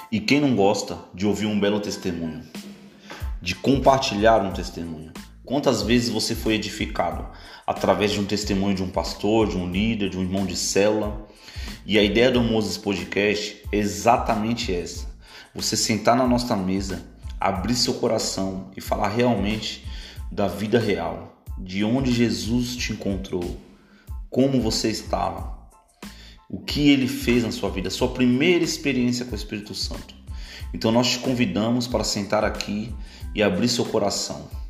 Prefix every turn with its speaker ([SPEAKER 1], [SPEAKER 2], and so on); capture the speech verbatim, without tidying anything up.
[SPEAKER 1] E quem não gosta de ouvir um belo testemunho, de compartilhar um testemunho? Quantas vezes você foi edificado através de um testemunho de um pastor, de um líder, de um irmão de célula? E a ideia do Moses Podcast é exatamente essa: você sentar na nossa mesa, abrir seu coração e falar realmente da vida real, de onde Jesus te encontrou, como você estava, o que ele fez na sua vida, a sua primeira experiência com o Espírito Santo. Então nós te convidamos para sentar aqui e abrir seu coração.